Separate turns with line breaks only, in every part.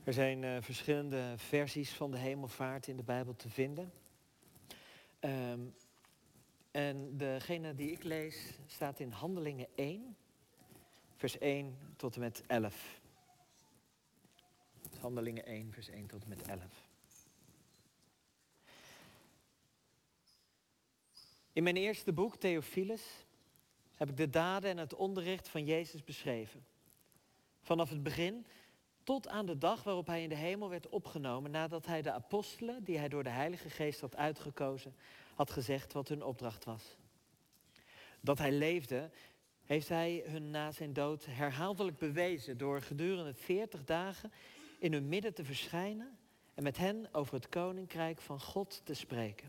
Er zijn verschillende versies van de hemelvaart in de Bijbel te vinden. En degene die ik lees staat in Handelingen 1, vers 1 tot en met 11. Handelingen 1, vers 1 tot en met 11. In mijn eerste boek, Theophilus, heb ik de daden en het onderricht van Jezus beschreven. Vanaf het begin tot aan de dag waarop hij in de hemel werd opgenomen, nadat hij de apostelen, die hij door de Heilige Geest had uitgekozen, had gezegd wat hun opdracht was. Dat hij leefde, heeft hij hun na zijn dood herhaaldelijk bewezen door gedurende 40 dagen in hun midden te verschijnen en met hen over het koninkrijk van God te spreken.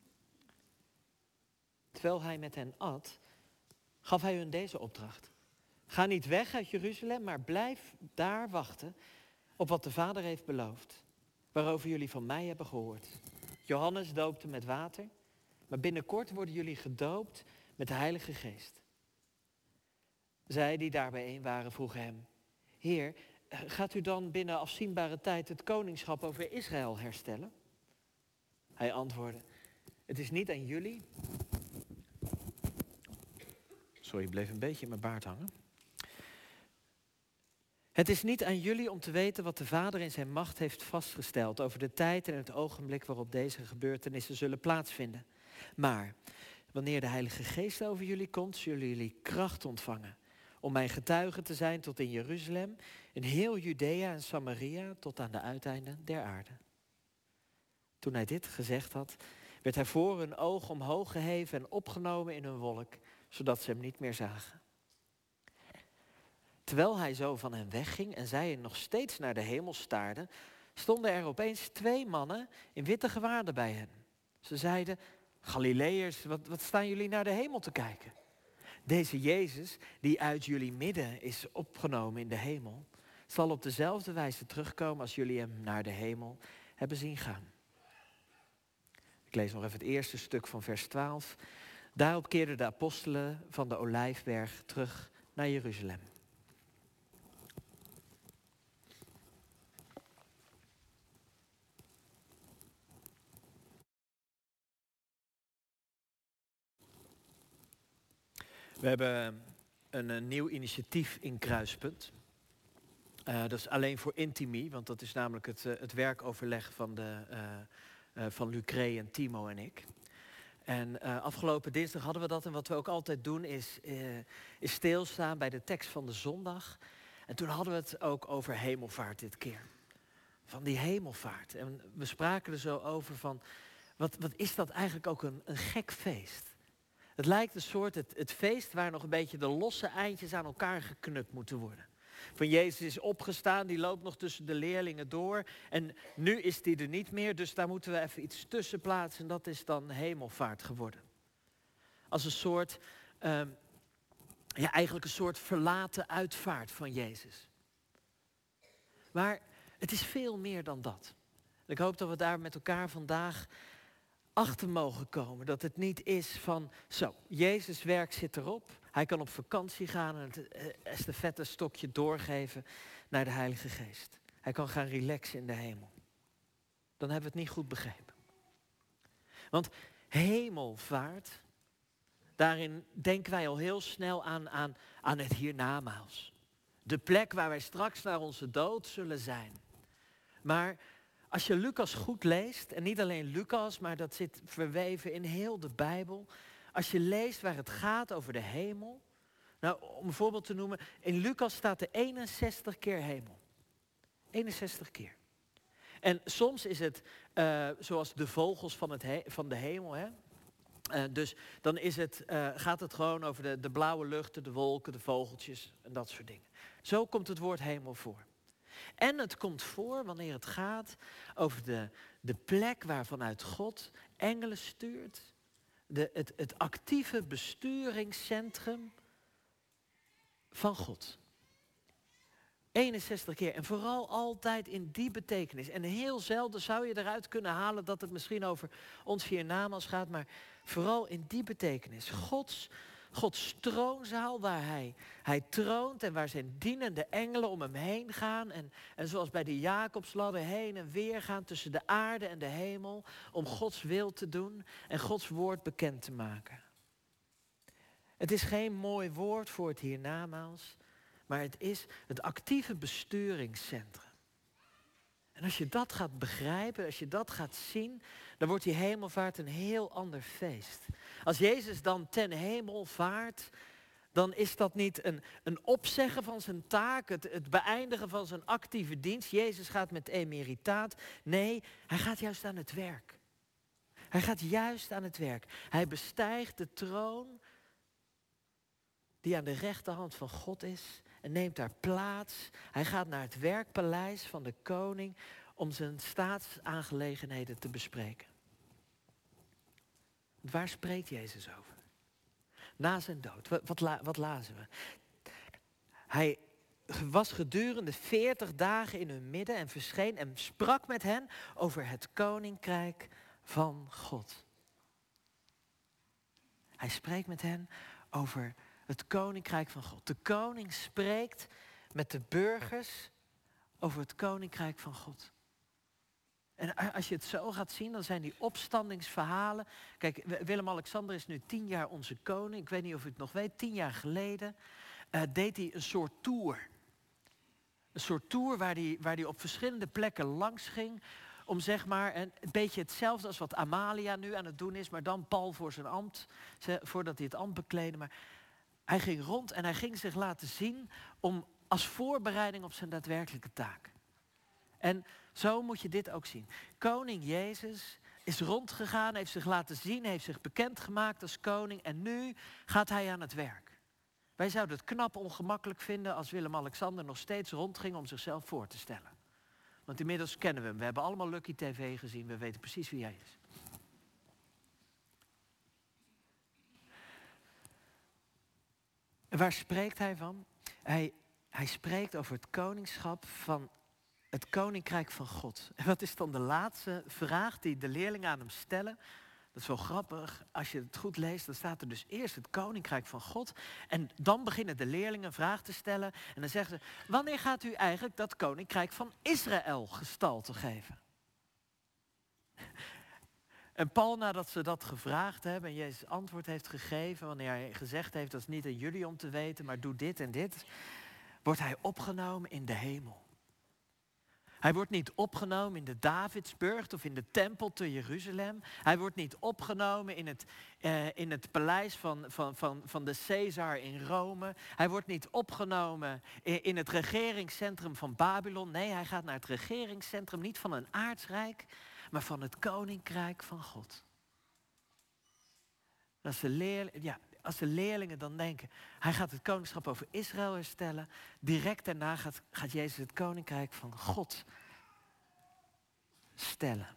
Terwijl hij met hen at, gaf hij hun deze opdracht. Ga niet weg uit Jeruzalem, maar blijf daar wachten op wat de Vader heeft beloofd, waarover jullie van mij hebben gehoord. Johannes doopte met water, maar binnenkort worden jullie gedoopt met de Heilige Geest. Zij die daar bijeen waren vroegen hem: Heer, gaat u dan binnen afzienbare tijd het koningschap over Israël herstellen? Hij antwoordde: Het is niet aan jullie. Sorry, ik bleef een beetje in mijn baard hangen. Het is niet aan jullie om te weten wat de Vader in zijn macht heeft vastgesteld over de tijd en het ogenblik waarop deze gebeurtenissen zullen plaatsvinden. Maar wanneer de Heilige Geest over jullie komt, zullen jullie kracht ontvangen om mijn getuige te zijn tot in Jeruzalem, in heel Judea en Samaria, tot aan de uiteinden der aarde. Toen hij dit gezegd had, werd hij voor hun ogen omhoog geheven en opgenomen in een wolk, zodat ze hem niet meer zagen. Terwijl hij zo van hen wegging en zij nog steeds naar de hemel staarden, stonden er opeens 2 mannen in witte gewaden bij hen. Ze zeiden: Galileërs, wat staan jullie naar de hemel te kijken? Deze Jezus, die uit jullie midden is opgenomen in de hemel, zal op dezelfde wijze terugkomen als jullie hem naar de hemel hebben zien gaan. Ik lees nog even het eerste stuk van vers 12. Daarop keerden de apostelen van de Olijfberg terug naar Jeruzalem. We hebben een nieuw initiatief in Kruispunt. Dat is alleen voor Intimi, want dat is namelijk het werkoverleg van Lucré en Timo en ik. En afgelopen dinsdag hadden we dat. En wat we ook altijd doen is stilstaan bij de tekst van de zondag. En toen hadden we het ook over hemelvaart dit keer. Van die hemelvaart. En we spraken er zo over van, wat is dat eigenlijk ook een gek feest. Het lijkt een soort het feest waar nog een beetje de losse eindjes aan elkaar geknupt moeten worden. Van Jezus is opgestaan, die loopt nog tussen de leerlingen door. En nu is die er niet meer, dus daar moeten we even iets tussen plaatsen. En dat is dan hemelvaart geworden. Als een soort, eigenlijk een soort verlaten uitvaart van Jezus. Maar het is veel meer dan dat. En ik hoop dat we daar met elkaar vandaag achter mogen komen. Dat het niet is van, zo, Jezus' werk zit erop. Hij kan op vakantie gaan en het estafette stokje doorgeven naar de Heilige Geest. Hij kan gaan relaxen in de hemel. Dan hebben we het niet goed begrepen. Want hemelvaart, daarin denken wij al heel snel aan het hiernamaals. De plek waar wij straks naar onze dood zullen zijn. Maar als je Lucas goed leest, en niet alleen Lucas, maar dat zit verweven in heel de Bijbel. Als je leest waar het gaat over de hemel. Nou, om een voorbeeld te noemen, in Lucas staat er 61 keer hemel. 61 keer. En soms is het zoals de vogels van de hemel. Hè? Dus dan gaat het gewoon over de blauwe luchten, de wolken, de vogeltjes en dat soort dingen. Zo komt het woord hemel voor. En het komt voor wanneer het gaat over de plek waar vanuit God engelen stuurt. Het actieve besturingscentrum van God. 61 keer. En vooral altijd in die betekenis. En heel zelden zou je eruit kunnen halen dat het misschien over ons hiernamaals gaat. Maar vooral in die betekenis. Gods Gods troonzaal waar hij troont en waar zijn dienende engelen om hem heen gaan. En zoals bij de Jacobsladder heen en weer gaan tussen de aarde en de hemel om Gods wil te doen en Gods woord bekend te maken. Het is geen mooi woord voor het hiernamaals, maar het is het actieve besturingscentrum. En als je dat gaat begrijpen, als je dat gaat zien, dan wordt die hemelvaart een heel ander feest. Als Jezus dan ten hemel vaart, dan is dat niet een opzeggen van zijn taak, het beëindigen van zijn actieve dienst. Jezus gaat met emeritaat. Nee, hij gaat juist aan het werk. Hij gaat juist aan het werk. Hij bestijgt de troon die aan de rechterhand van God is en neemt daar plaats. Hij gaat naar het werkpaleis van de koning om zijn staatsaangelegenheden te bespreken. Waar spreekt Jezus over? Na zijn dood. Wat lazen we? Hij was gedurende 40 dagen in hun midden en verscheen en sprak met hen over het koninkrijk van God. Hij spreekt met hen over het koninkrijk van God. De koning spreekt met de burgers over het koninkrijk van God. En als je het zo gaat zien, dan zijn die opstandingsverhalen. Kijk, Willem-Alexander is nu 10 jaar onze koning. Ik weet niet of u het nog weet. 10 jaar geleden deed hij een soort tour. Een soort tour waar hij op verschillende plekken langs ging. Om zeg maar een beetje hetzelfde als wat Amalia nu aan het doen is. Maar dan pal voor zijn ambt, voordat hij het ambt bekleedde. Maar hij ging rond en hij ging zich laten zien als voorbereiding op zijn daadwerkelijke taak. En zo moet je dit ook zien. Koning Jezus is rondgegaan, heeft zich laten zien, heeft zich bekendgemaakt als koning. En nu gaat hij aan het werk. Wij zouden het knap ongemakkelijk vinden als Willem-Alexander nog steeds rondging om zichzelf voor te stellen. Want inmiddels kennen we hem. We hebben allemaal Lucky TV gezien. We weten precies wie hij is. En waar spreekt hij van? Hij spreekt over het koningschap van het koninkrijk van God. En wat is dan de laatste vraag die de leerlingen aan hem stellen? Dat is wel grappig. Als je het goed leest, dan staat er dus eerst het koninkrijk van God. En dan beginnen de leerlingen een vraag te stellen. En dan zeggen ze, wanneer gaat u eigenlijk dat koninkrijk van Israël gestalte geven? En Paul, nadat ze dat gevraagd hebben en Jezus antwoord heeft gegeven, wanneer hij gezegd heeft, dat is niet aan jullie om te weten, maar doe dit en dit, wordt hij opgenomen in de hemel. Hij wordt niet opgenomen in de Davidsburcht of in de tempel te Jeruzalem. Hij wordt niet opgenomen in het paleis van de Caesar in Rome. Hij wordt niet opgenomen in het regeringscentrum van Babylon. Nee, hij gaat naar het regeringscentrum niet van een aardsrijk, maar van het koninkrijk van God. Als de leerlingen dan denken, hij gaat het koningschap over Israël herstellen. Direct daarna gaat Jezus het koninkrijk van God stellen.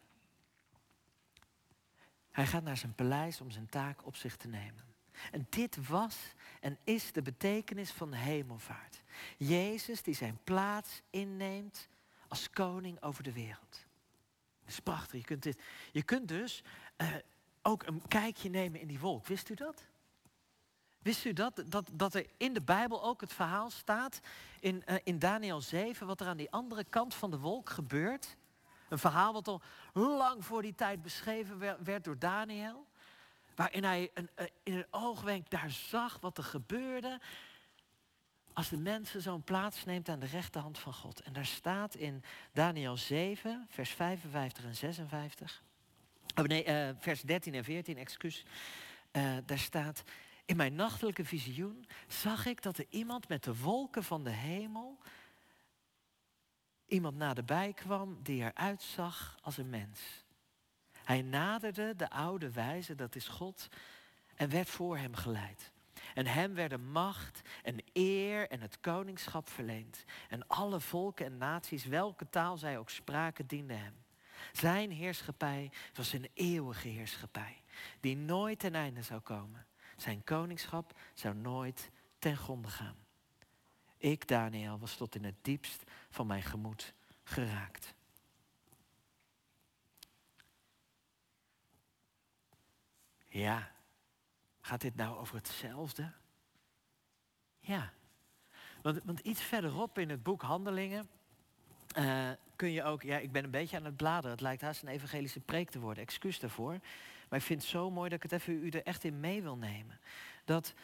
Hij gaat naar zijn paleis om zijn taak op zich te nemen. En dit was en is de betekenis van de hemelvaart. Jezus die zijn plaats inneemt als koning over de wereld. Dat is prachtig. Je kunt dus ook een kijkje nemen in die wolk. Wist u dat? Wist u dat er in de Bijbel ook het verhaal staat in Daniël 7... wat er aan die andere kant van de wolk gebeurt? Een verhaal wat al lang voor die tijd beschreven werd door Daniël. Waarin hij in een oogwenk daar zag wat er gebeurde als de mensen zo'n plaats neemt aan de rechterhand van God. En daar staat in Daniël 7, vers 55 en 56... vers 13 en 14, excuus. Daar staat, in mijn nachtelijke visioen zag ik dat er iemand met de wolken van de hemel, iemand naderbij kwam die eruit zag als een mens. Hij naderde de oude wijze, dat is God, en werd voor hem geleid. En hem werden macht en eer en het koningschap verleend. En alle volken en naties, welke taal zij ook spraken, dienden hem. Zijn heerschappij was een eeuwige heerschappij, die nooit ten einde zou komen. Zijn koningschap zou nooit ten gronde gaan. Ik, Daniël, was tot in het diepst van mijn gemoed geraakt. Ja, Gaat dit nou over hetzelfde? Ja. Want iets verderop in het boek Handelingen kun je ook... Ja, ik ben een beetje aan het bladeren. Het lijkt haast een evangelische preek te worden. Excuus daarvoor. Maar ik vind het zo mooi dat ik het even u er echt in mee wil nemen. Dat...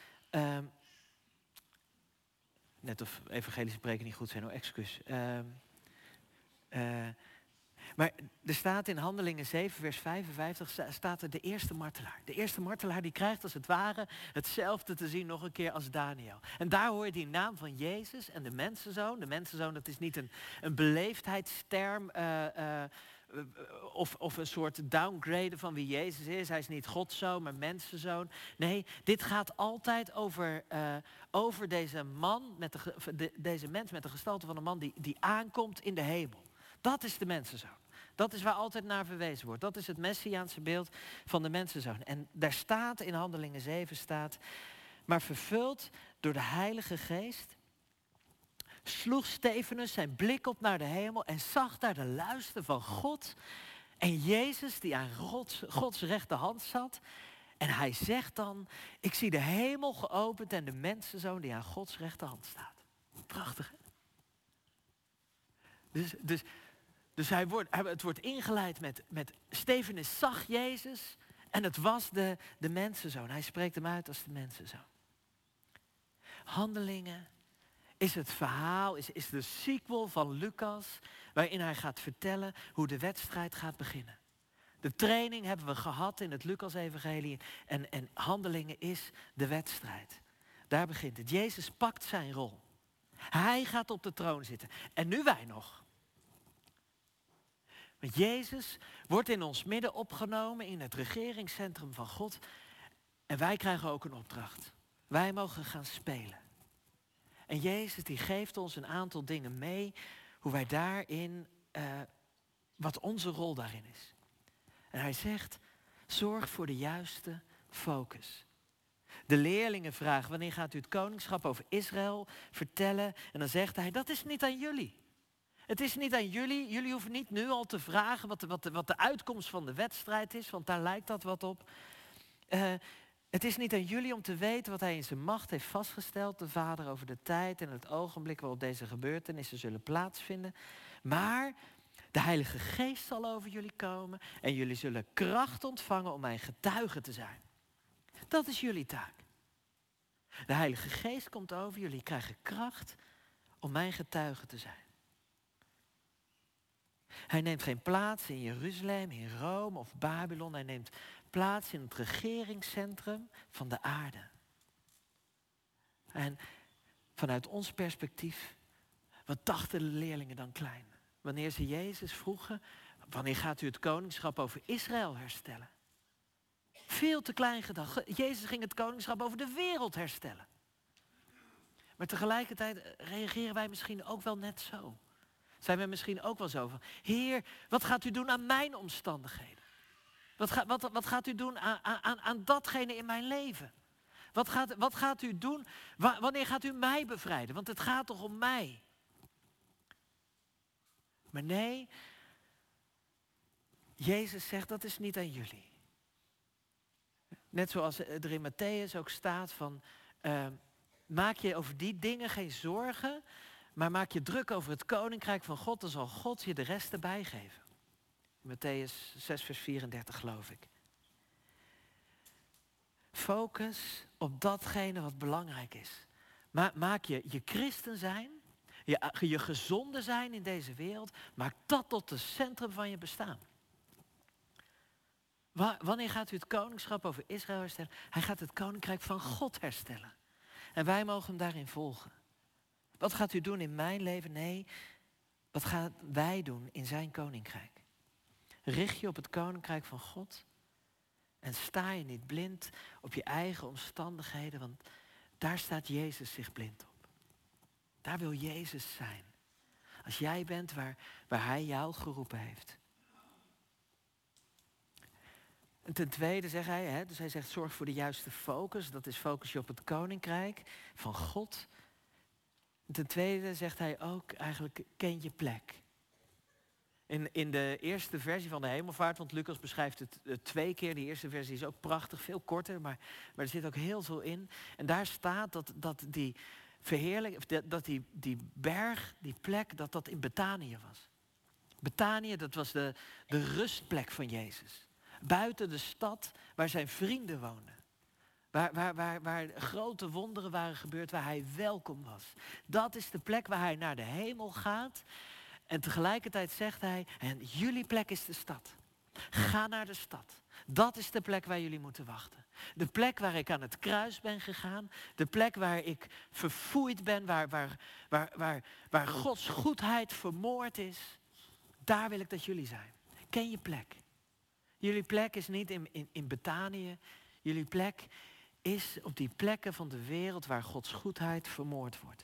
net of evangelische preken niet goed zijn, excuus. Maar er staat in Handelingen 7, vers 55, staat er de eerste martelaar. De eerste martelaar die krijgt als het ware hetzelfde te zien nog een keer als Daniel. En daar hoor je die naam van Jezus en de mensenzoon. De mensenzoon, dat is niet een beleefdheidsterm of een soort downgrade van wie Jezus is. Hij is niet Godszoon, maar mensenzoon. Nee, dit gaat altijd over deze man, deze mens met de gestalte van een man die aankomt in de hemel. Dat is de mensenzoon. Dat is waar altijd naar verwezen wordt. Dat is het messiaanse beeld van de mensenzoon. En daar staat in Handelingen 7 staat... Maar vervuld door de Heilige Geest... sloeg Stefanus zijn blik op naar de hemel... en zag daar de luister van God... en Jezus die aan Gods rechterhand zat. En hij zegt dan... Ik zie de hemel geopend en de mensenzoon die aan Gods rechterhand staat. Prachtig, hè? Dus het wordt ingeleid met Stefanus zag Jezus en het was de mensenzoon. Hij spreekt hem uit als de mensenzoon. Handelingen is het verhaal, is de sequel van Lucas, waarin hij gaat vertellen hoe de wedstrijd gaat beginnen. De training hebben we gehad in het Lucas-evangelie en Handelingen is de wedstrijd. Daar begint het. Jezus pakt zijn rol. Hij gaat op de troon zitten. En nu wij nog. Want Jezus wordt in ons midden opgenomen in het regeringscentrum van God. En wij krijgen ook een opdracht. Wij mogen gaan spelen. En Jezus die geeft ons een aantal dingen mee. Hoe wij daarin, wat onze rol daarin is. En hij zegt, zorg voor de juiste focus. De leerlingen vragen, wanneer gaat u het koningschap over Israël vertellen? En dan zegt hij, dat is niet aan jullie. Het is niet aan jullie. Jullie hoeven niet nu al te vragen wat de uitkomst van de wedstrijd is. Want daar lijkt dat wat op. Het is niet aan jullie om te weten wat hij in zijn macht heeft vastgesteld. De Vader over de tijd en het ogenblik waarop deze gebeurtenissen zullen plaatsvinden. Maar de Heilige Geest zal over jullie komen. En jullie zullen kracht ontvangen om mijn getuige te zijn. Dat is jullie taak. De Heilige Geest komt over. Jullie krijgen kracht om mijn getuige te zijn. Hij neemt geen plaats in Jeruzalem, in Rome of Babylon. Hij neemt plaats in het regeringscentrum van de aarde. En vanuit ons perspectief, wat dachten de leerlingen dan klein? Wanneer ze Jezus vroegen, wanneer gaat u het koningschap over Israël herstellen? Veel te klein gedacht. Jezus ging het koningschap over de wereld herstellen. Maar tegelijkertijd reageren wij misschien ook wel net zo. Zijn we misschien ook wel zo van, Heer, wat gaat u doen aan mijn omstandigheden? Wat gaat u doen aan datgene in mijn leven? Wat gaat u doen? Wanneer gaat u mij bevrijden? Want het gaat toch om mij? Maar nee, Jezus zegt, dat is niet aan jullie. Net zoals er in Matthäus ook staat van, maak je over die dingen geen zorgen, maar maak je druk over het koninkrijk van God, dan zal God je de rest erbij geven. Matthäus 6 vers 34 geloof ik. Focus op datgene wat belangrijk is. Maak je christen zijn, je gezonde zijn in deze wereld, maak dat tot het centrum van je bestaan. Wanneer gaat u het koningschap over Israël herstellen? Hij gaat het koninkrijk van God herstellen. En wij mogen hem daarin volgen. Wat gaat u doen in mijn leven? Nee, wat gaan wij doen in zijn koninkrijk? Richt je op het koninkrijk van God en sta je niet blind op je eigen omstandigheden, want daar staat Jezus zich blind op. Daar wil Jezus zijn. Als jij bent waar hij jou geroepen heeft. En ten tweede zegt hij, dus hij zegt zorg voor de juiste focus. Dat is focus je op het koninkrijk van God. En ten tweede zegt hij ook eigenlijk ken je plek. In de eerste versie van de hemelvaart, want Lucas beschrijft het 2 keer. Die eerste versie is ook prachtig, veel korter, maar er zit ook heel veel in. En daar staat dat die berg, die plek, dat in Betanië was. Betanië, dat was de rustplek van Jezus. Buiten de stad waar zijn vrienden woonden. Waar grote wonderen waren gebeurd, waar hij welkom was. Dat is de plek waar hij naar de hemel gaat. En tegelijkertijd zegt hij, en jullie plek is de stad. Ga naar de stad. Dat is de plek waar jullie moeten wachten. De plek waar ik aan het kruis ben gegaan. De plek waar ik verfoeid ben, waar Gods goedheid vermoord is. Daar wil ik dat jullie zijn. Ken je plek. Jullie plek is niet in Betanië. Jullie plek is op die plekken van de wereld waar Gods goedheid vermoord wordt.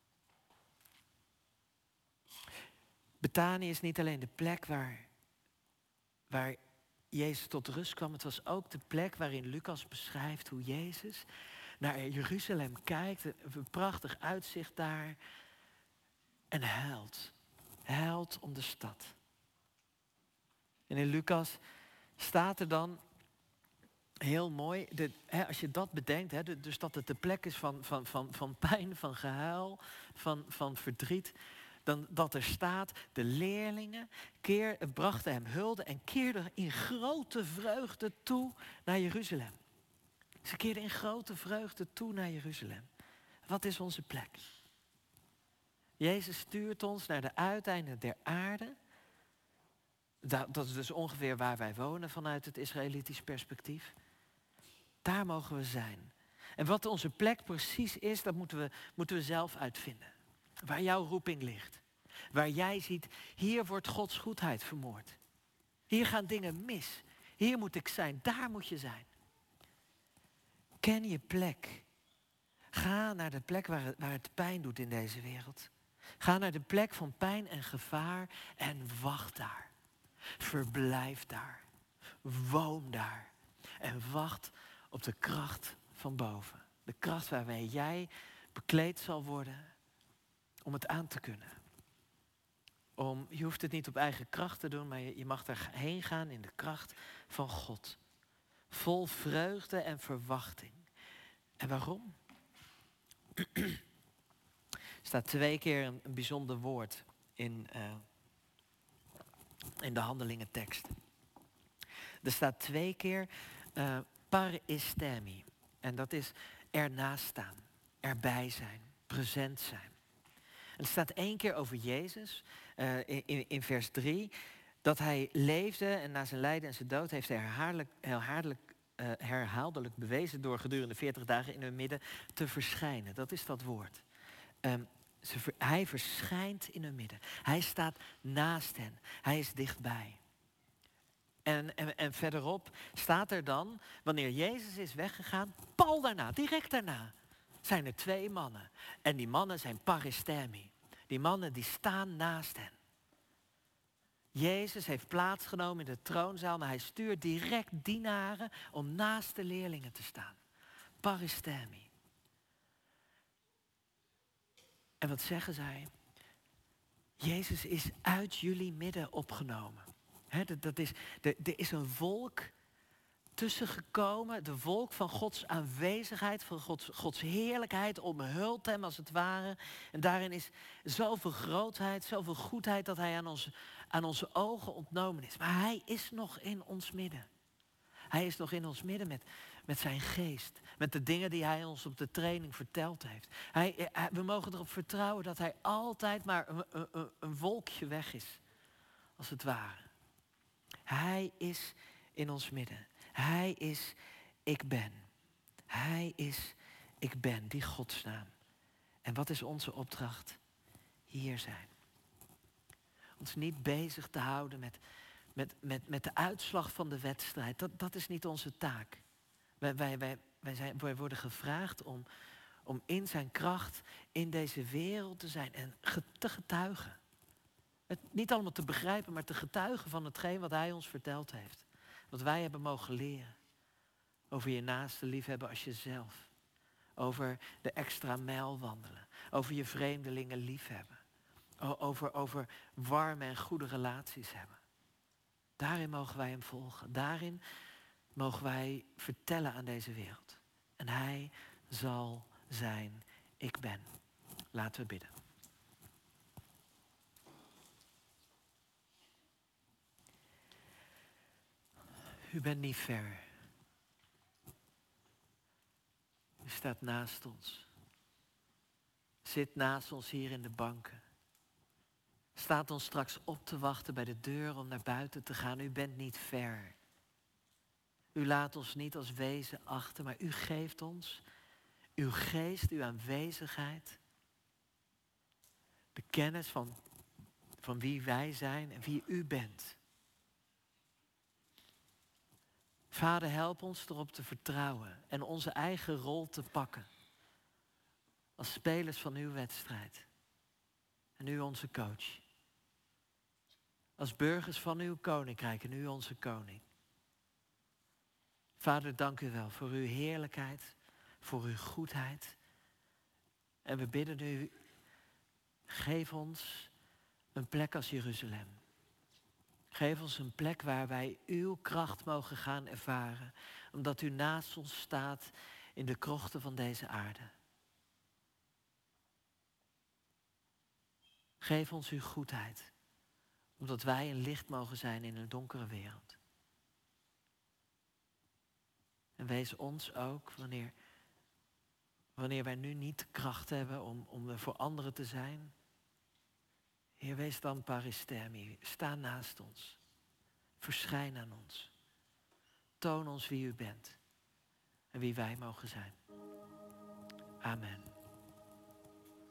Betanië is niet alleen de plek waar Jezus tot rust kwam. Het was ook de plek waarin Lucas beschrijft hoe Jezus naar Jeruzalem kijkt. Een prachtig uitzicht daar. En huilt. Huilt om de stad. En in Lucas staat er dan heel mooi, als je dat bedenkt, dus dat het de plek is van pijn, van gehuil, van verdriet. Dan dat er staat, de leerlingen brachten hem hulde en keerden in grote vreugde toe naar Jeruzalem. Ze keerden in grote vreugde toe naar Jeruzalem. Wat is onze plek? Jezus stuurt ons naar de uiteinden der aarde. Dat is dus ongeveer waar wij wonen vanuit het Israëlitisch perspectief. Daar mogen we zijn. En wat onze plek precies is, dat moeten we zelf uitvinden. Waar jouw roeping ligt. Waar jij ziet, hier wordt Gods goedheid vermoord. Hier gaan dingen mis. Hier moet ik zijn, daar moet je zijn. Ken je plek. Ga naar de plek waar het pijn doet in deze wereld. Ga naar de plek van pijn en gevaar en wacht daar. Verblijf daar. Woon daar. En wacht op de kracht van boven. De kracht waarmee jij bekleed zal worden om het aan te kunnen. Je hoeft het niet op eigen kracht te doen, maar je mag erheen gaan in de kracht van God. Vol vreugde en verwachting. En waarom? Er staat 2 keer een bijzonder woord in de Handelingentekst. Er staat 2 keer paristemi. En dat is ernaast staan, erbij zijn, present zijn. En er staat 1 keer over Jezus, in vers 3, dat hij leefde en na zijn lijden en zijn dood heeft hij herhaaldelijk bewezen door gedurende 40 dagen in hun midden te verschijnen. Dat is dat woord. Hij verschijnt in hun midden. Hij staat naast hen. Hij is dichtbij. En verderop staat er dan, wanneer Jezus is weggegaan, pal daarna, direct daarna, zijn er 2 mannen. En die mannen zijn paristemi. Die mannen die staan naast hen. Jezus heeft plaatsgenomen in de troonzaal, maar hij stuurt direct dienaren om naast de leerlingen te staan. Paristemi. En wat zeggen zij? Jezus is uit jullie midden opgenomen. Er is een wolk tussen gekomen, de wolk van Gods aanwezigheid, van Gods heerlijkheid omhult hem als het ware. En daarin is zoveel grootheid, zoveel goedheid dat hij aan onze ogen ontnomen is. Maar hij is nog in ons midden. Hij is nog in ons midden met zijn geest. Met de dingen die hij ons op de training verteld heeft. We mogen erop vertrouwen dat hij altijd maar een wolkje weg is. Als het ware. Hij is in ons midden. Hij is ik ben. Hij is ik ben, die godsnaam. En wat is onze opdracht? Hier zijn. Ons niet bezig te houden met de uitslag van de wedstrijd. Dat is niet onze taak. Wij worden gevraagd om in zijn kracht in deze wereld te zijn en te getuigen. Het niet allemaal te begrijpen, maar te getuigen van hetgeen wat hij ons verteld heeft. Wat wij hebben mogen leren. Over je naaste liefhebben als jezelf. Over de extra mijl wandelen. Over je vreemdelingen liefhebben. over warme en goede relaties hebben. Daarin mogen wij hem volgen. Daarin mogen wij vertellen aan deze wereld. En hij zal zijn ik ben. Laten we bidden. U bent niet ver. U staat naast ons. Zit naast ons hier in de banken. Staat ons straks op te wachten bij de deur om naar buiten te gaan. U bent niet ver. U laat ons niet als wezen achter, maar u geeft ons uw geest, uw aanwezigheid. De kennis van wie wij zijn en wie u bent. Vader, help ons erop te vertrouwen en onze eigen rol te pakken. Als spelers van uw wedstrijd. En u onze coach. Als burgers van uw koninkrijk en u onze koning. Vader, dank u wel voor uw heerlijkheid, voor uw goedheid. En we bidden u, geef ons een plek als Jeruzalem. Geef ons een plek waar wij uw kracht mogen gaan ervaren. Omdat u naast ons staat in de krochten van deze aarde. Geef ons uw goedheid. Omdat wij een licht mogen zijn in een donkere wereld. En wees ons ook, wanneer wij nu niet de kracht hebben om er voor anderen te zijn. Heer, wees dan paristemi. Sta naast ons. Verschijn aan ons. Toon ons wie u bent. En wie wij mogen zijn. Amen.